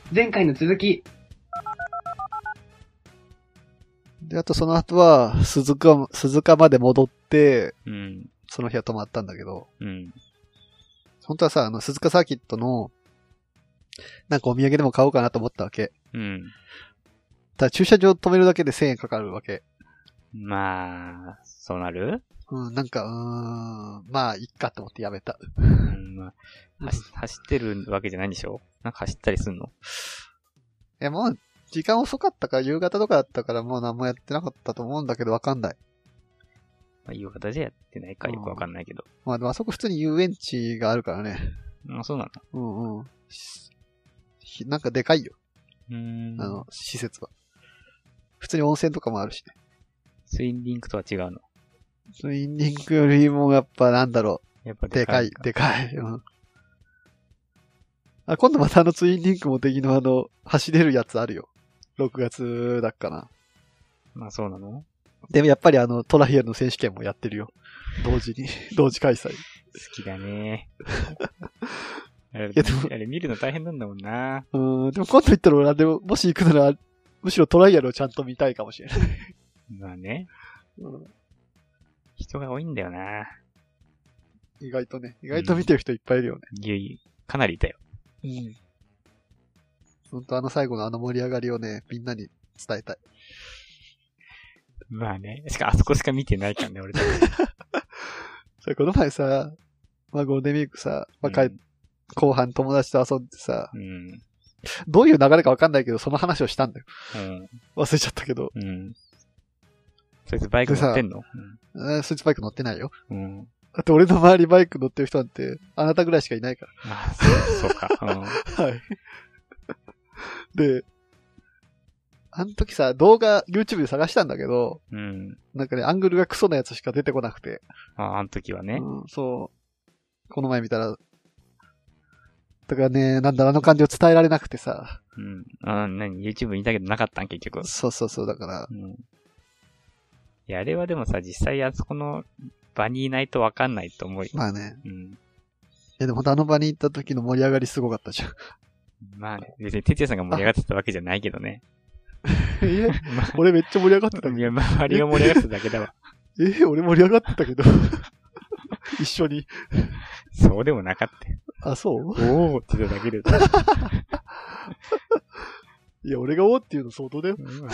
前回の続き。 で、あとその後は、鈴鹿まで戻って、 うん。 その日は泊まったんだけど、 うん。 本当はさ、鈴鹿サーキットの、なんかお土産でも買おうかなと思ったわけ。 うん。 ただ駐車場止めるだけで1000円かかるわけ。 まあ、そうなる？ なんか、まあ、いっかと思ってやめた。 まあ、走ってるわけじゃないんでしょ？なんか走ったりすんの？ もう、時間遅かったから、夕方とかだったからもう何もやってなかったと思うんだけどわかんない。 まあ、夕方じゃやってないかよくわかんないけど。 まあでもあそこ普通に遊園地があるからね。 あ、そうなの？ なんかでかいよ。 施施設は。普通に温泉とかもあるしね。 ツインリンクとは違うの？ ツインリンクよりもやっぱなんだろう。 やっぱでかい。今度またツインリンクも敵の走れるやつあるよ。6月だっかな。まあ、そうなの？ でもやっぱりトライアルの選手権もやってるよ。同時開催。 好きだね。あれ見るの大変なんだもんな。 でも今度行ったら俺はでも、もし行くなら、むしろトライアルをちゃんと見たいかもしれない。 まあね。人が多いんだよな。 意外と見てる人いっぱいいるよね。 かなりいたよ。 本当最後の盛り上がりをね、みんなに伝えたい。 まあね。しかもあそこしか見てないからね、俺たち。 この前さ、ゴールデンウィークさ、後半友達と遊んでさ、どういう流れかわかんないけど、その話をしたんだよ。忘れちゃったけど。 そいつバイク乗ってんの？ そいつバイク乗ってないよ。 だって俺の周りバイク乗ってる人なんて、あなたぐらいしかいないから。 あ、そうか。 はい。で、あの時さ、動画 YouTube で探したんだけど、なんかね、アングルがクソなやつしか出てこなくて。 あの時はね。 そう。この前見たら、だからね、あの感じを伝えられなくてさ。 YouTube 見たけどなかったん結局。 そう、だから。 いや、あれはでもさ、実際あそこの場にいないとわかんないと思うよ。 まあね。いや、でもあの場に行った時の盛り上がりすごかったじゃん。 まあね、別に哲也さんが盛り上がってたわけじゃないけどね。 俺めっちゃ盛り上がってたけど。 いや、周りが盛り上がってただけだわ。 俺盛り上がってたけど。一緒に。 そうでもなかった。 あ、そう？ おーって言っただけで。 いや、俺がおーって言うの相当だよ。 そう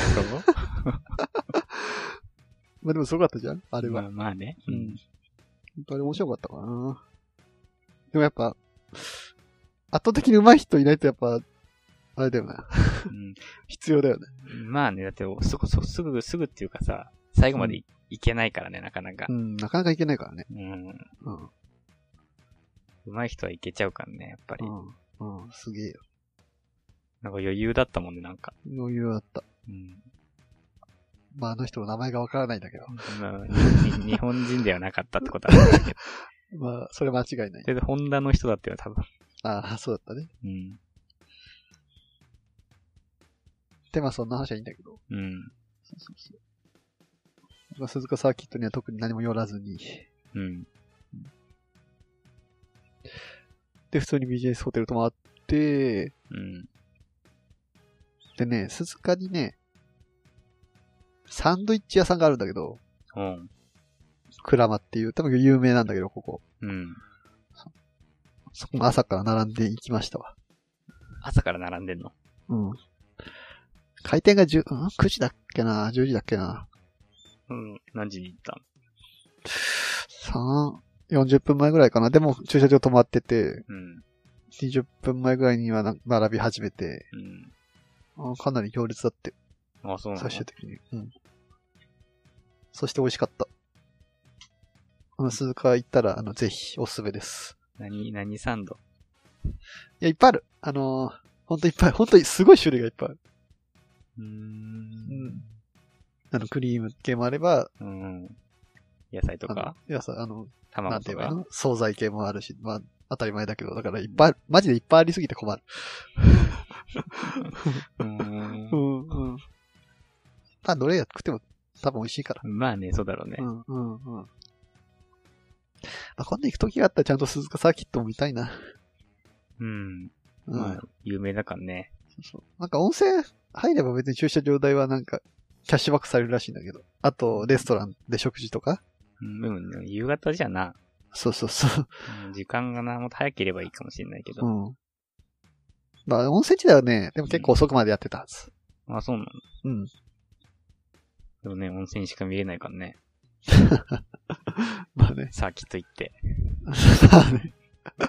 まあでもすごかったじゃんあれは。 まあね。 本当に面白かったかな。でもやっぱ、圧倒的に上手い人いないとやっぱ、あれだよな。必要だよね。 まあね、だってすぐっていうかさ、最後までいけないからね、なかなか。 なかなかいけないからね。 上手い人はいけちゃうからね、やっぱり。 すげえよ。 なんか余裕だったもんね、なんか。 余裕だった。まああの人の名前がわからないんだけど。 日本人ではなかったってことはあるんだけど。まあ、それ間違いない。 で、ホンダの人だってよ、多分。 ああ、そうだったね。で、まあそんな話はいいんだけど。まあ、鈴鹿サーキットには特に何も寄らずに。で、普通に BJS ホテル泊まって、でね、鈴鹿にね、サンドイッチ屋さんがあるんだけど、クラマっていう、多分有名なんだけど、ここ。そこも朝から並んで行きましたわ。 朝から並んでんの？ 開店が9時だっけな ?10 時だっけな。 何時に行ったの？ 40分前ぐらいかな。でも駐車場止まってて、20分前ぐらいには並び始めて、かなり行列だって。 あ、そうなんだ。 最終的に。そして美味しかった。鈴鹿行ったら、ぜひ、おすすめです。 何サンド？ いや、いっぱいある。ほんといっぱい、ほんとにすごい種類がいっぱいある。クリーム系もあれば、 野菜とか？ 野菜、 卵とか？ 惣菜系もあるし、まあ、当たり前だけど、だからいっぱい、マジでいっぱいありすぎて困る。まあ、どれや食っても多分美味しいから。 まあね、そうだろうね。 まあ、今度行く時があったらちゃんと鈴鹿サーキットも見たいな。 まあ、有名だからね。 なんか温泉入れば別に駐車場代はなんか、キャッシュバックされるらしいんだけど。あと、レストランで食事とか。 でも、夕方じゃな。 そう。 時間がな、もっと早ければいいかもしれないけど。 まあ、温泉地ではね、でも結構遅くまでやってたはず。 あ、そうなの？でもね、温泉しか見れないからね。 まあね。 サーキット行って。 まあね。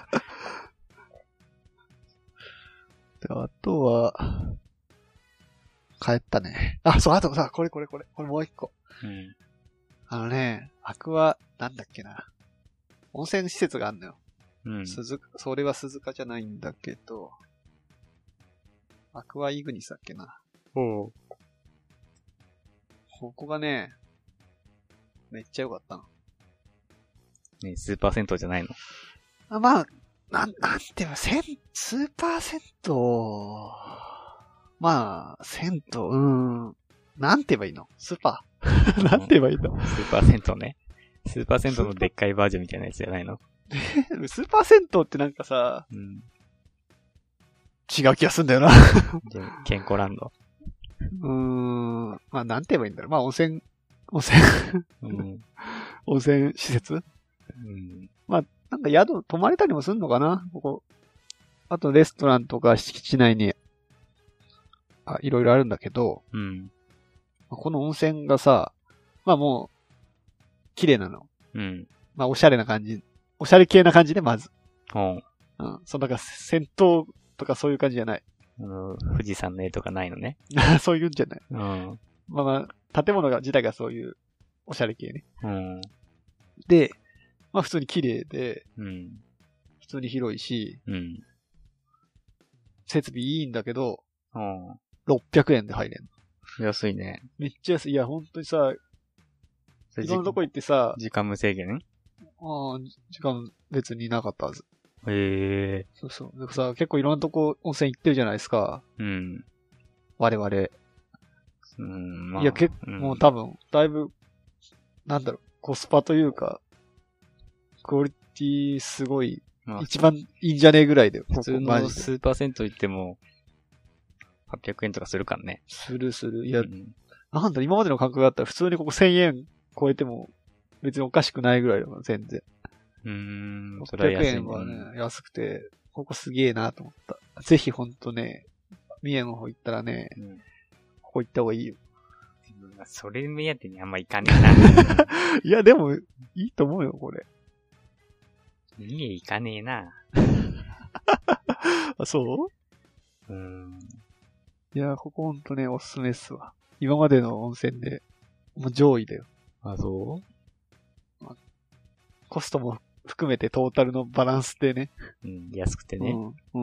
あとは、帰ったね。あ、そう、あとさ、これもう一個。アクア、なんだっけな。温泉施設があんのよ。それは鈴鹿じゃないんだけど、アクアイグニスだっけな。ここがね、めっちゃ良かったの。 ね、スーパー銭湯じゃないの？ まあ、なんていうの、スーパー銭湯、まあ、銭湯、なんて言えばいいの？スーパーなんて言えばいいの？ スーパー銭湯ね。スーパー銭湯のでっかいバージョンみたいなやつじゃないの？ スーパー銭湯ってなんかさ、違う気がすんだよな。 健康ランド。 まあ、なんて言えばいいんだろう。まあ、温泉施設？まあ、なんか泊まれたりもすんのかなここ。あと、レストランとか敷地内に、いろいろあるんだけど、この温泉がさ、まあもう、綺麗なの。まあ、おしゃれな感じ。おしゃれ系な感じで、まず。そう、なんか、銭湯とかそういう感じじゃない。 富士山の絵とかないのね。 そういうんじゃない。まあ、建物自体がそういう、おしゃれ系ね。で、まあ普通に綺麗で、普通に広いし、設備いいんだけど、600円で入れんの。安いね。 めっちゃ安い。いや、本当にさ、いろんなとこ行ってさ、 時間無制限？ 時間別になかったはず。 へえ。 そう。でもさ、結構いろんなとこ温泉行ってるじゃないですか。我々。まあ、いや、もう多分、だいぶ、なんだろう、コスパというか、クオリティすごい、一番いいんじゃねえぐらいだよ。 普通のスーパー銭湯行っても、800円とかするからね。 する。いや、なんだ、今までの感覚があったら普通にここ1000円超えても別におかしくないぐらいだから、全然。 それは安い。 800円はね、安くて、ここすげえなと思った。ぜひほんとね、三重の方行ったらね、ここ行った方がいいよ。 それ目当てにあんま行かねえな。 いや、でも、いいと思うよ、これ。 三重行かねえな。 あ、そう？いや、ここほんとね、おすすめっすわ。今までの温泉で、もう上位だよ。 あ、そう？ コストも含めてトータルのバランスでね。 安くてね。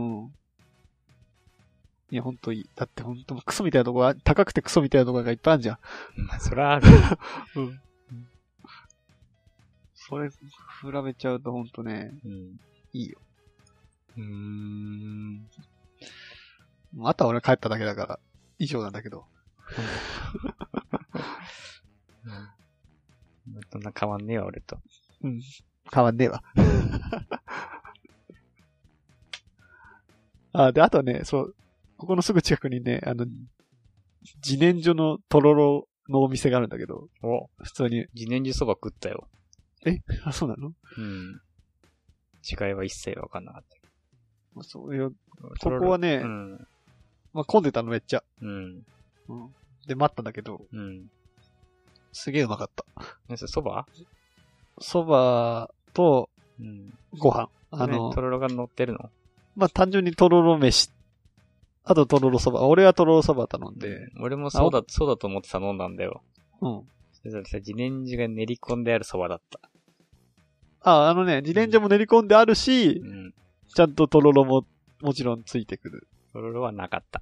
いや、ほんといい。だってほんとクソみたいなとこが、高くてクソみたいなとこがいっぱいあるじゃん。 まあ、そらある。 それ、比べちゃうとほんとね、いいよ。あとは俺帰っただけだから、以上なんだけど。 そんな変わんねえわ、俺と。 変わんねえわ。で、あとね、そう、ここのすぐ近くにね、自然薯のとろろのお店があるんだけど、普通に。 自然薯そば食ったよ。 そうなの？ 違いは一切わかんなかった。 そういう、ここはね、まあ、混んでたのめっちゃ。で、待ったんだけど、すげえうまかった。 そば？ そばと、ご飯。 とろろが乗ってるの？ まあ、単純にとろろ飯。あととろろそば。俺はとろろそば頼んで。 俺もそうだと思って頼んだんだよ。それさ、自然薯が練り込んであるそばだった。 自然薯も練り込んであるし、ちゃんととろろももちろんついてくる。 とろろはなかった。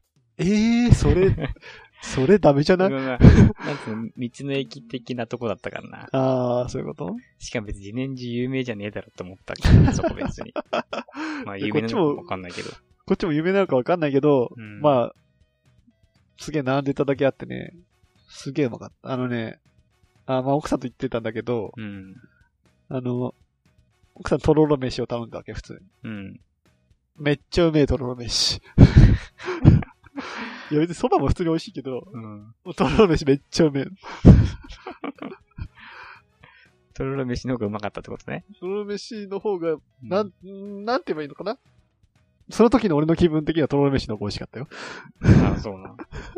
それダメじゃない？ なんつうの、道の駅的なとこだったからな。そういうこと？ しかも別に自然薯有名じゃねえだろって思ったけど、そこ別に。まあ有名なのかわかんないけど。 こっちも有名なのかわかんないけど、まあ、すげえ並んでただけあってね、すげえうまかった。まあ奥さんと言ってたんだけど、奥さんとろろ飯を頼んだわけ、普通に。めっちゃうめえとろろ飯。 いや別に蕎麦も普通に美味しいけど、 うん。 とろろ飯めっちゃうめえの。 とろろ飯の方がうまかったってことね。 とろろ飯の方が、なんて言えばいいのかな。その時の俺の気分的にはとろろ飯の方が美味しかったよ。 ああ、そうな。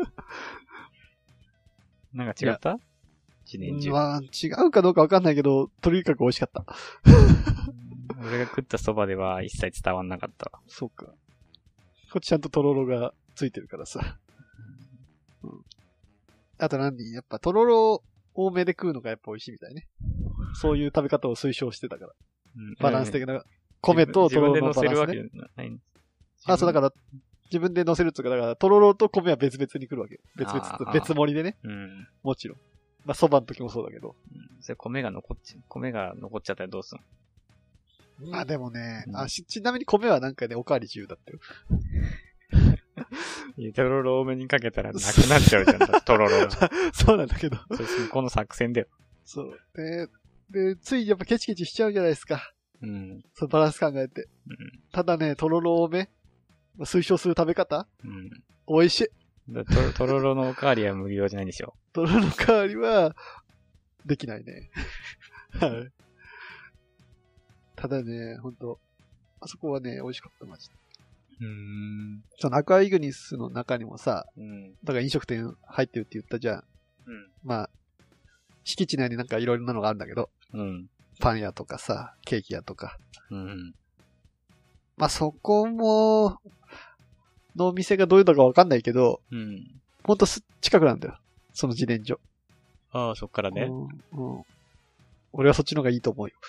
なんか違った？一年中。 まあ、違うかどうかわかんないけど、とにかく美味しかった。 俺が食ったそばでは一切伝わんなかったわ。 そうか。こっちちゃんととろろがついてるからさ。うん、あとやっぱとろろ多めで食うのがやっぱ美味しいみたいね。そういう食べ方を推奨してたから。バランス的な。米ととろろのバランス、ね。自分で乗せるわけじゃない。あ、そうだから、自分で乗せるっていうか、だから、とろろと米は別々に来るわけ。別盛りでね。 うん。 もちろん。まあ、蕎麦の時もそうだけど。 それ米が残っちゃったらどうすんの？あ、でもね、ちなみに米はなんかね、おかわり自由だったよ。 とろろ多めにかけたらなくなっちゃうじゃん、とろろが。 そうなんだけど。 この作戦だよ。 そう。で、ついやっぱケチケチしちゃうじゃないですか。 うん。 そのバランス考えて。うん、ただね、とろろ多め推奨する食べ方、うん、美味しい。 とろろのおかわりは無料じゃないんでしょ。 とろろのおかわりは、できないね。はい。ただね、ほんと、あそこはね、美味しかった、マジで。そのアクアイグニスの中にもさ、だから飲食店入ってるって言ったじゃん。うん、まあ、敷地内になんかいろいろなのがあるんだけど、うん、パン屋とかさ、ケーキ屋とか。うん、まあそこも、のお店がどういうのかわかんないけど、うん、ほんと近くなんだよ。その自然所。 ああ、そっからね。 俺はそっちの方がいいと思うよ。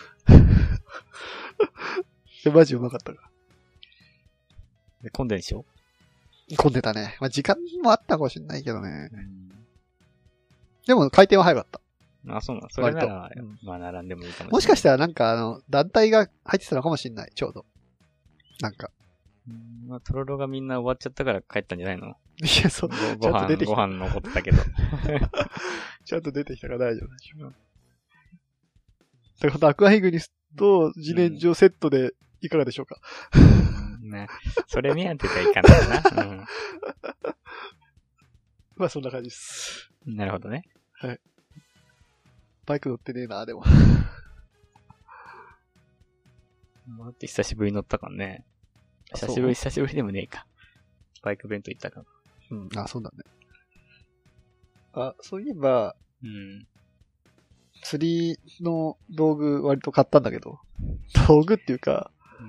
マジうまかったから。 で、混んでんでしょ？ 混んでたね。まあ時間もあったかもしれないけどね。でも回転は早かった。 あ、そうなの。それなら、まあ並んでもいいかもしれない。 もしかしたらなんか団体が入ってたのかもしれない。ちょうど。なんか。 まあ、とろろがみんな終わっちゃったから帰ったんじゃないの？ いや、そう。ちゃんと出てきた。 ご飯残ってたけど。 ちゃんと出てきたから大丈夫でしょ。だからアクアイグニスと自然薯セットでいかがでしょうか。 ね。それ目当てじゃいかないな。うん、 まあそんな感じです。 なるほどね。 はい。バイク乗ってねえな、でも。 だって久しぶりに乗ったからね。久しぶりでもねえか。バイク弁当行ったから。 うん、あ、そうだね。あ、そういえば、うん。釣りの道具割と買ったんだけど。道具っていうか、 うん。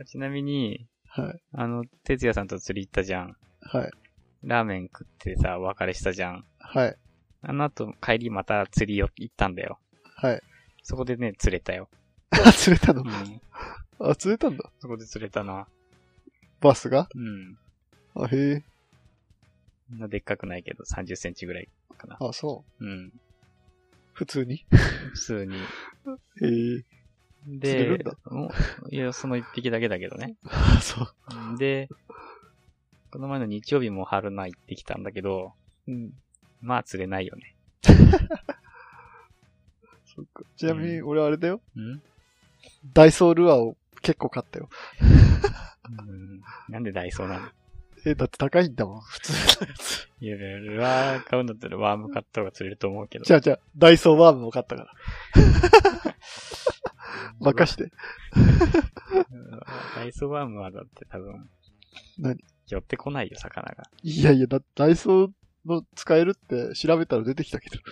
ちなみに、 はい。 哲也さんと釣り行ったじゃん。 はい。 ラーメン食ってさ、お別れしたじゃん。 はい。 あの後、帰りまた釣り行ったんだよ。 はい。 そこでね、釣れたよ。 あ、釣れたの？ うん。 あ、釣れたんだ。 そこで釣れたな。 バスが？ うん。 あ、へえ。 そんなでっかくないけど、30センチぐらいかな。 あ、そう。 うん。 普通に？ 普通に。 へえ。 で、 釣れるんだ。 いや、その一匹だけだけどね。 あ、そう。 で、この前の日曜日も春菜行ってきたんだけど、うん。まあ釣れないよね。 そっか。ちなみに俺あれだよ。 うん？ ダイソールアーを結構買ったよ。 なんでダイソーなの？ だって高いんだもん、普通のやつ。 いや、ルアー買うんだったらワーム買った方が釣れると思うけど。 じゃあ、ダイソーワームも買ったから。任して。 ダイソーワームはだって多分、 何？ 寄ってこないよ、魚が。 いやいや、だってダイソーの使えるって調べたら出てきたけど。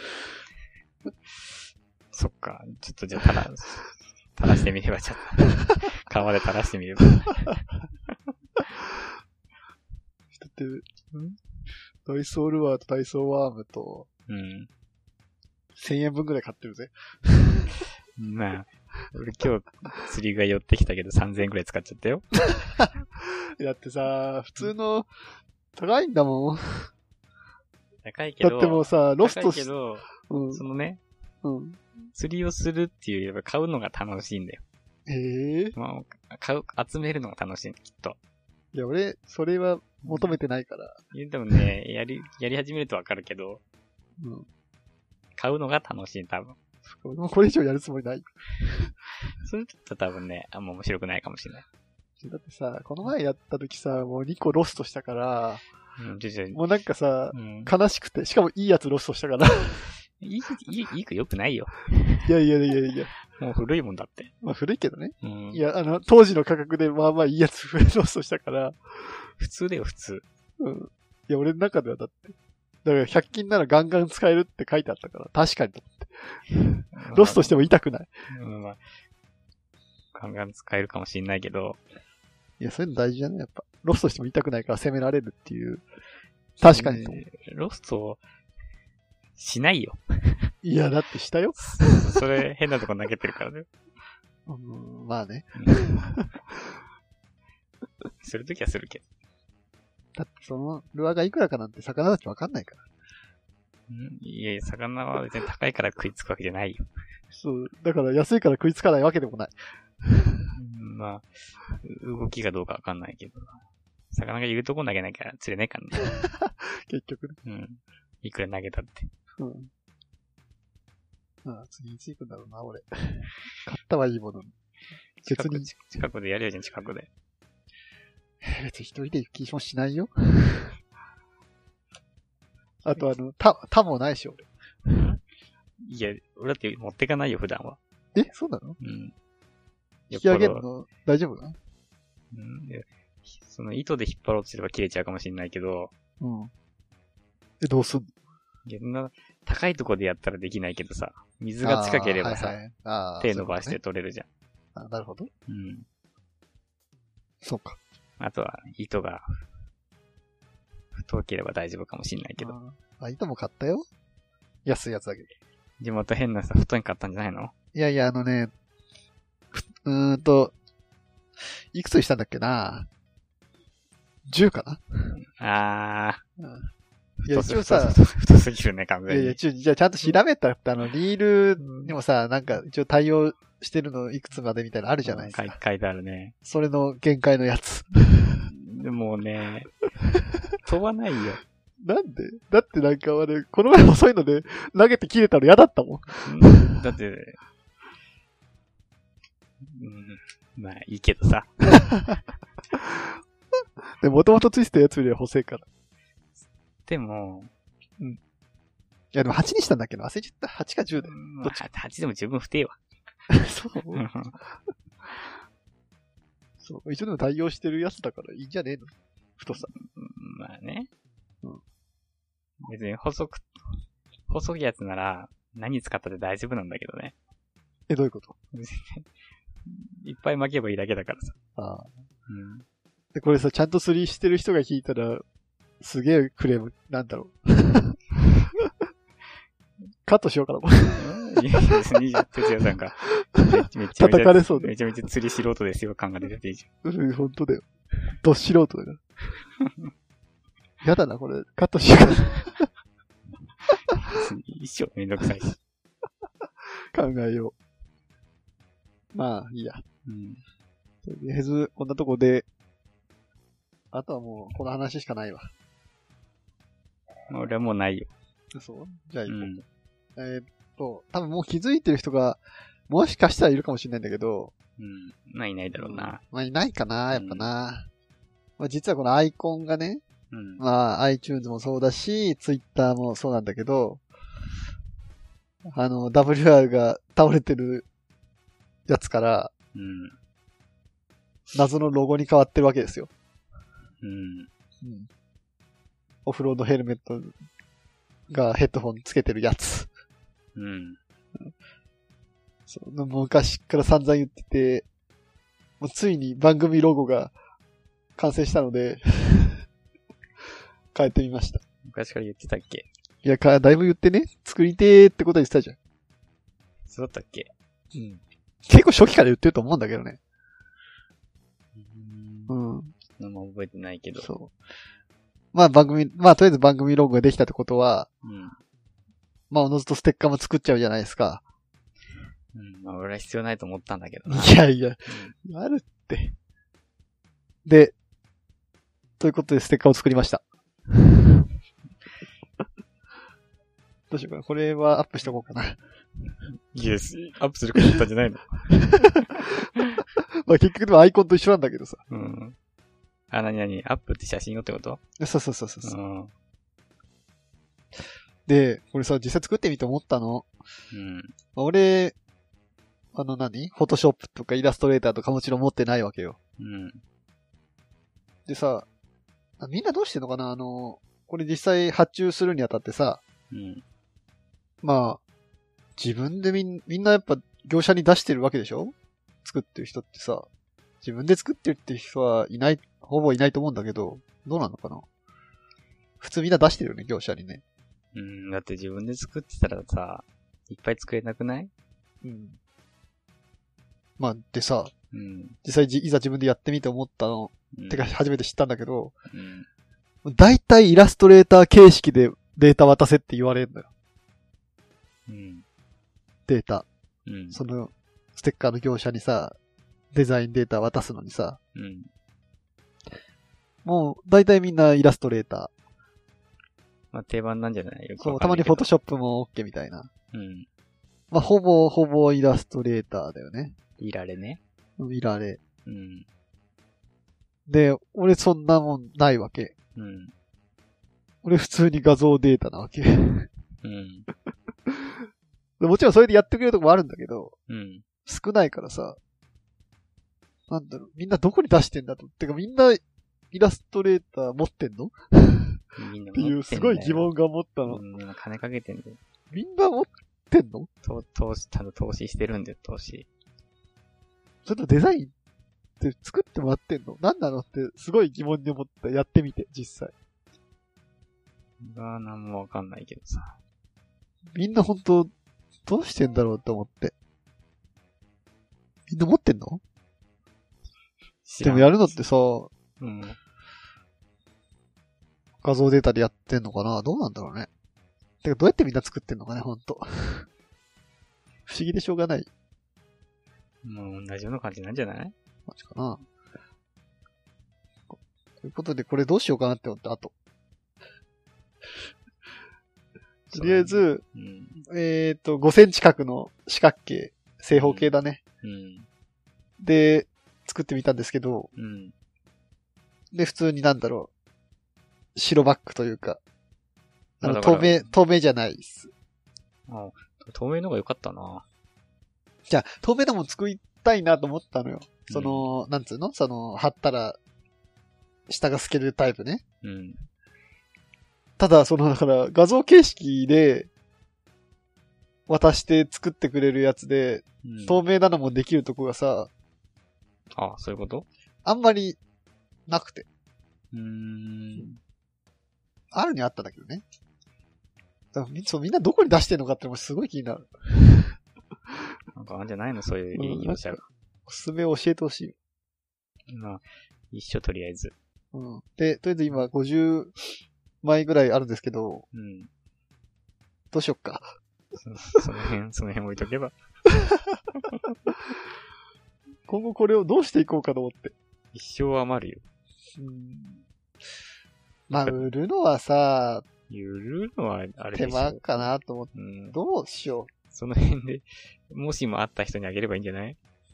そっか。ちょっとじゃあ垂らしてみればちょっと。川で垂らしてみれば。だって、ダイソールアーとダイソーワームと、1000円分くらい買ってるぜ。 まあ、俺今日釣りが寄ってきたけど3000円くらい使っちゃったよ。 だってさ、普通の、高いんだもん。 高いけど。 だってもうさ、ロスト高いけど、そのね、釣りをするっていうよりは買うのが楽しいんだよ。まあ、集めるのが楽しいんだ、きっと。 いや、俺、それは求めてないから。 でもね、やり始めるとわかるけど、買うのが楽しい、多分。 もうこれ以上やるつもりない。 それだと多分ね、あんま面白くないかもしれない。 だってさ、この前やった時さ、もう2個ロストしたから、 もうなんかさ、悲しくて、しかもいいやつロストしたから。 いいか良くないよ。 いや。 もう古いもんだって。 まあ古いけどね。いや、当時の価格でまあまあいいやつロストしたから。 普通だよ、普通。 いや、俺の中ではだって。だから100均ならガンガン使えるって書いてあったから、確かにと思って。ロストしても痛くない。 まあ、ガンガン使えるかもしんないけど。 いや、そういうの大事じゃないやっぱ。ロストしても痛くないから攻められるっていう。確かにと思う。 ロストしないよ。 いや、だってしたよ。 それ変なとこ投げてるからね。 まあね。 するときはするけど。 だってそのルアーがいくらかなんて魚たちわかんないから。 いや、魚は別に高いから食いつくわけじゃないよ。 そう。だから安いから食いつかないわけでもない。 まあ、動きがどうかわかんないけど。魚がいるとこ投げなきゃ釣れないからね。 結局ね。いくら投げたって。 次いつ行くんだろうな、俺。買ったはいいもの。 近くでやるよじゃん、近くで。 別に一人で行く気もしないよ。あとタもないし、俺。 いや、俺だって持ってかないよ、普段は。 そうなの？引き上げるの大丈夫なの？ その糸で引っ張ろうとすれば切れちゃうかもしれないけど。 どうすんの？高いとこでやったらできないけどさ、水が近ければさ、手伸ばして取れるじゃん。 なるほど。そうか。 あとは、糸が、太ければ大丈夫かもしんないけど。 糸も買ったよ。安いやつだけど。 地元変なさ、太いん買ったんじゃないの？ いや、いくつにしたんだっけな ?10 かな？いや、一応さ、 太すぎるね、完全に。 いや、じゃあちゃんと調べたって、リールにもさ、なんか一応対応してるのいくつまでみたいなのあるじゃないですか。 書いてあるね。 それの限界のやつ。 でもね、飛ばないよ。 なんで？だってなんかこの前細いので投げて切れたの嫌だったもん。だって、まあいいけどさ。 で、もともとついてたやつよりは細いから。 でも、 いやでも8にしたんだっけど、忘れちゃった。8か10で。 8でも十分不定わ。 そうそう。一応でも対応してるやつだからいいんじゃねえの？太さ。 まあね。別に細いやつなら何使ったって大丈夫なんだけどね。 どういうこと？ いっぱい巻けばいいだけだからさ。 で、これさ、ちゃんと釣りしてる人が聞いたら、すげえクレーム、なんだろう。カットしようかな、これ。 いや、別に哲也さんが、 叩かれそうで。 めちゃめちゃ釣り素人ですよ、感が出てていいじゃん。本当だよ。ど素人だから。やだな、これ。カットしようかな。 一生めんどくさいし。 考えよう。まあ、いいや。とりあえず、こんなとこで、あとはもう、この話しかないわ。 俺はもうないよ。 そう？じゃあ行こう。多分もう気づいてる人が、もしかしたらいるかもしれないんだけど。 まあいないだろうな。 まあいないかな、やっぱな。まあ実はこのアイコンがね、まあ iTunes もそうだし、Twitter もそうなんだけど、WR が倒れてるやつから、謎のロゴに変わってるわけですよ。オフロードヘルメットがヘッドホンつけてるやつ。そう昔から散々言ってて、もうついに番組ロゴが完成したので、変えてみました。 昔から言ってたっけ？ いや、だいぶ言ってね、作りてーってこと言ってたじゃん。 そうだったっけ？ 結構初期から言ってると思うんだけどね。 何も覚えてないけど。 そう。まあとりあえず番組ロゴができたってことは、まあおのずとステッカーも作っちゃうじゃないですか。 まあ俺は必要ないと思ったんだけどな。 いやいや、あるって。で、ということでステッカーを作りました。どうしようかな。これはアップしとこうかな。 いや、アップすること言ったんじゃないの？ まあ結局でもアイコンと一緒なんだけどさ。 何アップって写真をってこと？ そうそうそうそう。うん、で、俺さ、実際作ってみて思ったの。うん。俺、フォトショップとかイラストレーターとかもちろん持ってないわけよ。うん。でさ、みんなどうしてんのかなこれ実際発注するにあたってさ、うん。まあ、自分でみんなやっぱ業者に出してるわけでしょ？作ってる人ってさ、自分で作ってるって人はいない、ほぼいないと思うんだけど、どうなのかな？普通みんな出してるよね、業者にね。 だって自分で作ってたらさ、いっぱい作れなくない？うん。 まあ、でさ、うん、実際いざ自分でやってみて思ったの、てか初めて知ったんだけど、だいたいイラストレーター形式でデータ渡せって言われるんだよ。うん。データ。うん。その、ステッカーの業者にさ、デザインデータ渡すのにさ、うん。もう、だいたいみんなイラストレーター。 まあ、定番なんじゃない？よくそう、たまにフォトショップも OK みたいな。うん。まあ、ほぼイラストレーターだよね。 いられね。 いられ。うん。で、俺そんなもんないわけ。うん。俺普通に画像データなわけ。うん。もちろんそれでやってくれるとこもあるんだけど、うん。少ないからさ、なんだろう、みんなどこに出してんだと。てかみんなイラストレーター持ってんの？みんな持ってんだよ。っていうすごい疑問が持ったの。 金かけてんだよ。 みんな持ってんの？ 投資してるんだよ、投資。 ちょっとデザインって作ってもらってんの？何なのってすごい疑問に思った。やってみて、実際。 なんもわかんないけどさ。 みんな本当どうしてんだろうって思って。みんな持ってんの？でもやるのってさ、うん。画像データでやってんのかな？どうなんだろうね。てかどうやってみんな作ってんのかね、ほんと。不思議でしょうがない。 もう同じような感じなんじゃない？ マジかな。ということで、これどうしようかなって思って、あと。とりあえず、うん、5センチ角の四角形、正方形だね。うん、で、作ってみたんですけど、うん、で、普通になんだろう、白バックというか、透明じゃないです。 あ、透明の方が良かったな。 じゃあ、透明なもん作りたいなと思ったのよ。その、うん、なんつうの？貼ったら、下が透けるタイプね。うん。ただ、だから画像形式で渡して作ってくれるやつで、うん、透明なのもできるとこがさ、 あ、そういうこと？ あんまりなくて。あるにあったんだけどね。だからみんなどこに出してんのかってすごい気になる。 なんかあるんじゃないの？そういう業者が。 おすすめを教えてほしい。まあ、一緒とりあえず。 うん。で、とりあえず今50枚ぐらいあるんですけど、うん。どうしよっか。 その辺置いとけば。 今後これをどうしていこうかと思って。 一生余るよ。 まあ、売るのはさ、 売るのはあれでしょ。 手間かなと思って、どうしよう。 その辺で、もしもあった人にあげればいいんじゃない？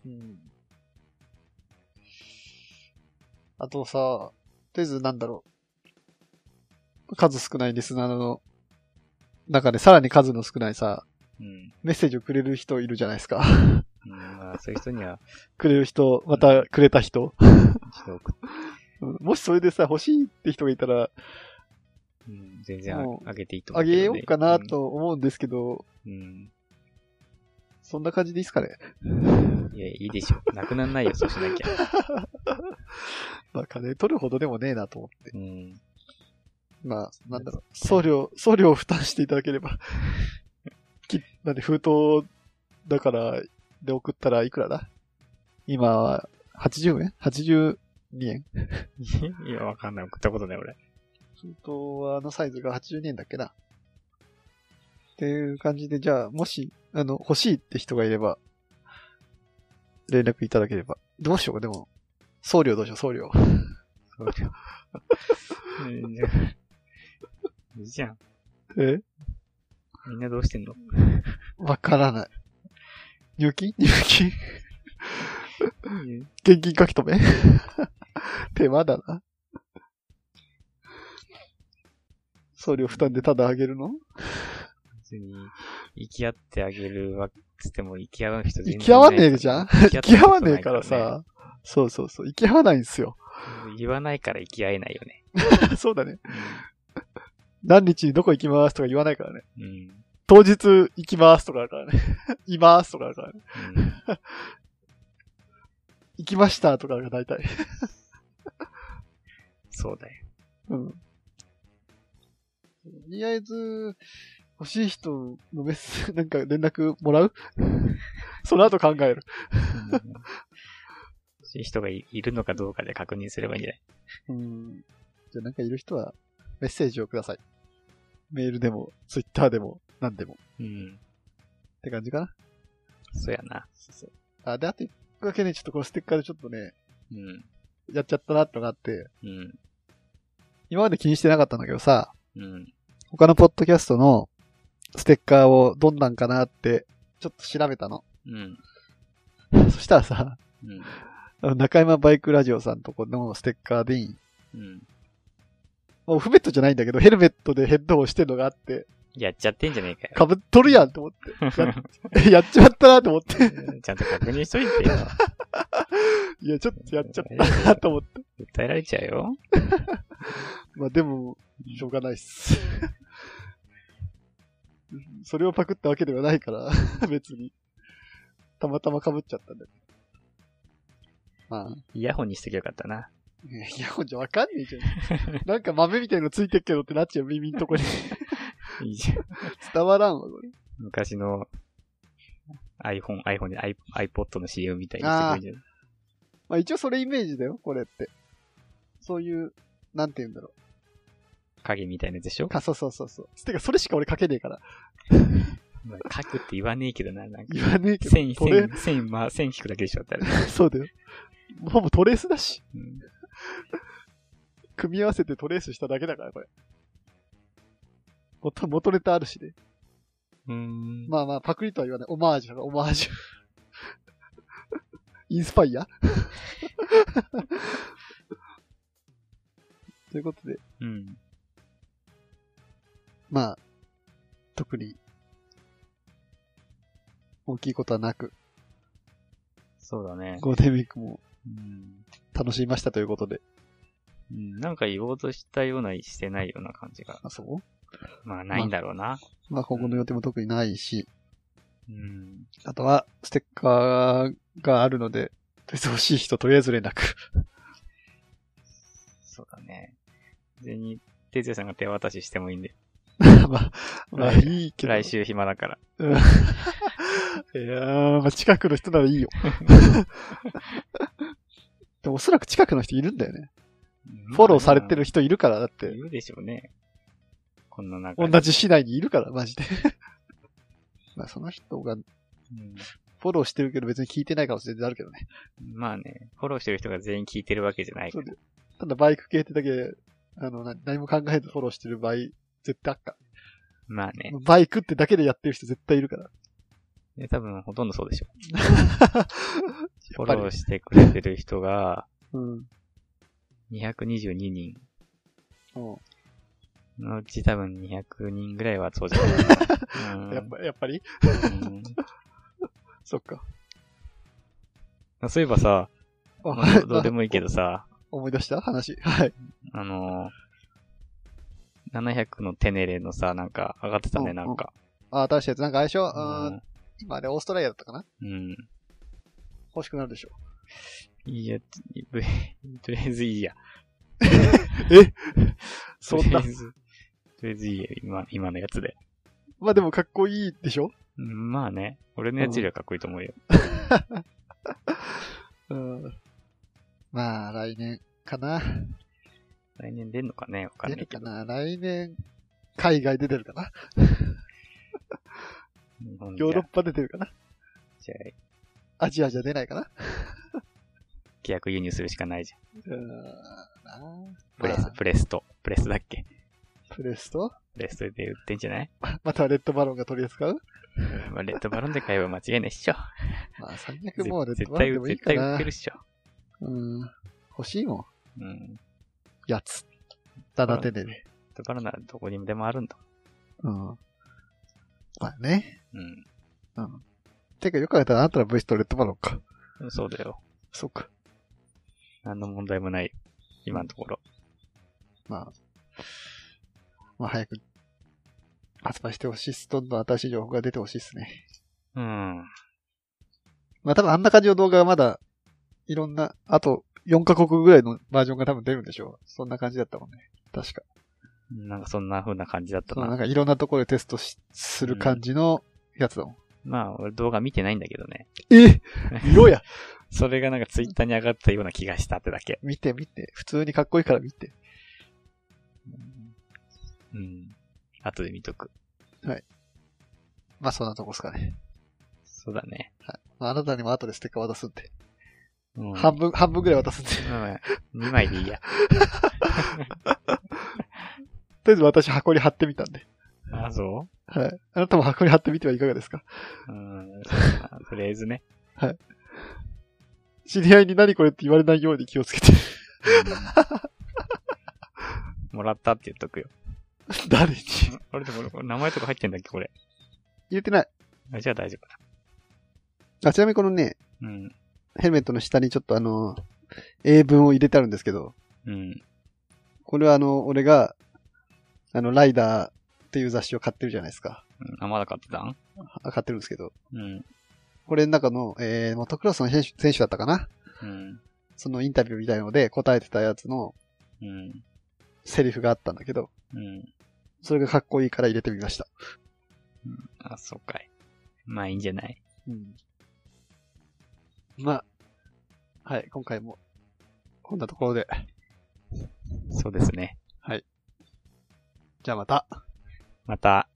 あとさ、とりあえずなんだろう。数少ないリスナーの中でさらに数の少ないさ、メッセージをくれる人いるじゃないですか。 まあ、そういう人には。 くれる人、またくれた人。もしそれでさ、欲しいって人がいたら、 全然あげていいと思う、ね。あげようかなと思うんですけど、そんな感じでいいですかね。 いや、いいでしょ。なくなんないよ、そうしなきゃ。 まあ、金取るほどでもねえなと思って。まあ、なんだろう。送料を負担していただければ。なんで封筒だからで送ったらいくらだ？今は80円 ?82 円いや、わかんない。送ったことない、俺。 封筒はサイズが82円だっけな。っていう感じで、じゃあ、もし、欲しいって人がいれば、連絡いただければ。どうしようか、でも。送料どうしよう、送料。 いいじゃん。 みんなどうしてんの？ わからない。入金現金書き留め手間だな。送料負担でただあげるの？ 別に、行き合ってあげるわつっても行き合う人全然いない。 行き合わねえじゃん？行き合わねえからさ。そうそうそう。行き合わないんですよ。 言わないから行き合えないよね。 そうだね。何日にどこ行きますとか言わないからね。 うん、 当日行きますとかだからね。いますとかだからね。うん、行きましたとかが大体。 そうだよ。 うん。とりあえず、欲しい人のなんか連絡もらうその後考える。 欲しい人がいるのかどうかで確認すればいいんじゃない？ じゃあなんかいる人はメッセージをください。メールでも、ツイッターでも、何でも。って感じかな。 そうやな。 そう。あ、で、あと一個だけね、ちょっとこのステッカーでちょっとね、やっちゃったなってのがあって、今まで気にしてなかったんだけどさ、他のポッドキャストのステッカーをどんなんかなって、ちょっと調べたの。そしたらさ、中山バイクラジオさんとこのステッカーでいい？オフベットじゃないんだけど、ヘルメットでヘッドホンしてるのがあって。 やっちゃってんじゃねえかよ。 かぶっとるやんと思って。やっちまったなと思って。 ちゃんと確認しといてよ。 いや、ちょっとやっちゃったなと思って。 訴えられちゃうよ。 まあでも、しょうがないっす。それをパクったわけではないから、別に。たまたま被っちゃったんだよ。まあ。 イヤホンにしときゃよかったな。 イヤホンじゃわかんねえじゃん。なんか豆みたいのついてっけどってなっちゃう、耳んとこに。 いいじゃん。 伝わらんわ、これ。 昔の iPhone で iPod の CM みたいにしてくるんじゃん。 まあ一応それイメージだよ、これって。そういう、なんて言うんだろう。 影みたいなやつでしょ？ そうそうそうそう。てか、それしか俺書けねえから。 書くって言わねえけどな、なんか。 言わねえけど。 線引くだけでしょって。 そうだよ。ほぼトレースだし。組み合わせてトレースしただけだから、これ。元ネタあるしね。まあまあ、パクリとは言わない。オマージュだから、オマージュ。インスパイアということで。まあ、特に、大きいことはなく。 そうだね。 ゴールデンウィークも、楽しみましたということで。 なんか言おうとしたような、してないような感じが。 あ、そう？ まあ、ないんだろうな。 まあ、今後の予定も特にないし。あとは、ステッカーがあるので、とりあえず欲しい人、とりあえず連絡。 そうだね。全に、哲也さんが手渡ししてもいいんで。 まあ、いいけど。 来週暇だから。 いやー、まあ、近くの人ならいいよ。でもおそらく近くの人いるんだよね。フォローされてる人いるから、だって。 いるでしょうね。こんな中同じ市内にいるから、マジで。まあ、その人が、フォローしてるけど別に聞いてないかもしれないあるけどね。 まあね、フォローしてる人が全員聞いてるわけじゃないから。 ただバイク系ってだけ、何も考えずフォローしてる場合、絶対あっか。 まあね。 バイクってだけでやってる人絶対いるから。 多分ほとんどそうでしょ。フォローしてくれてる人が、222人。のうち多分200人ぐらいはそうじゃないかな。やっぱりそっか。 そういえばさ、どうでもいいけどさ。 思い出した話。はい。 700のテネレのさ、なんか上がってたね、なんか。 新しいやつ、なんかあれでしょ？今あれオーストラリアだったかな？欲しくなるでしょ。 いや、とりあえずいいや。 そんな。 とりあえずいいや、今のやつで。 まあでもかっこいいでしょ？ まあね。俺のやつよりはかっこいいと思うよ。 まあ、来年かな。 来年出んのかね？わかんないけど。 出るかな？来年、海外で出るかな？ヨーロッパで出るかな？ じゃあ、アジアじゃ出ないかな？ 逆輸入するしかないじゃん。プレストだっけ？ プレストで売ってんじゃない？ またレッドバロンが取り扱う？ まあ、レッドバロンで買えば間違いないっしょ。 まあ、最悪もうレッドバロンでもいいかな。 絶対売ってるっしょ。 欲しいもん。 うん。 やつ。だだてでね。 だからならどこにでもあるんだ。 うん。まあね。 うん。 うん。てかよく考えたらあなたら V ストレッドバロンか。 そうだよ。 そうか。 何の問題もない。今のところ。 まあ早く発売してほしいっす。どんどん新しい情報が出てほしいっすね。 うん。 まあ多分あんな感じの動画がまだいろんな、あと4カ国ぐらいのバージョンが多分出るんでしょう。そんな感じだったもんね。確か。 なんかそんな風な感じだったな。 なんかいろんなところでテストする感じのやつだもん。 まあ、俺動画見てないんだけどね。 見ろやそれがなんかツイッターに上がったような気がしたってだけ。 見て。普通にかっこいいから見て。 うん。後で見とく。 はい。まあそんなとこっすかね。 そうだね。 はい。まああなたにも後でステッカー渡すんで。 うん、 半分ぐらい渡すんで。 うん。2枚でいいや。 とりあえず私箱に貼ってみたんで。 あ、そうはい。あなたも箱に貼ってみてはいかがですか？ とりあえずね。 はい。知り合いに何これって言われないように気をつけて。 もらったって言っとくよ。 誰に？ あれでも名前とか入ってんだっけこれ。 入れてない。 じゃあ大丈夫だ。ちなみにこのね、 うん。 ヘルメットの下にちょっと英文を入れてあるんですけど、 うん。 これは俺が、ライダーっていう雑誌を買ってるじゃないですか。 うん、まだ買ってたん？ 買ってるんですけど。 うん。 これの中の、モトクロスの選手だったかな？ うん。そのインタビューみたいので答えてたやつの、 うん。 セリフがあったんだけど、 うん。 それがかっこいいから入れてみました。 うん、あ、そうかい。まあいいんじゃない？ うん。まあ、はい、今回も、こんなところで。 そうですね。 はい。じゃあまた。 また。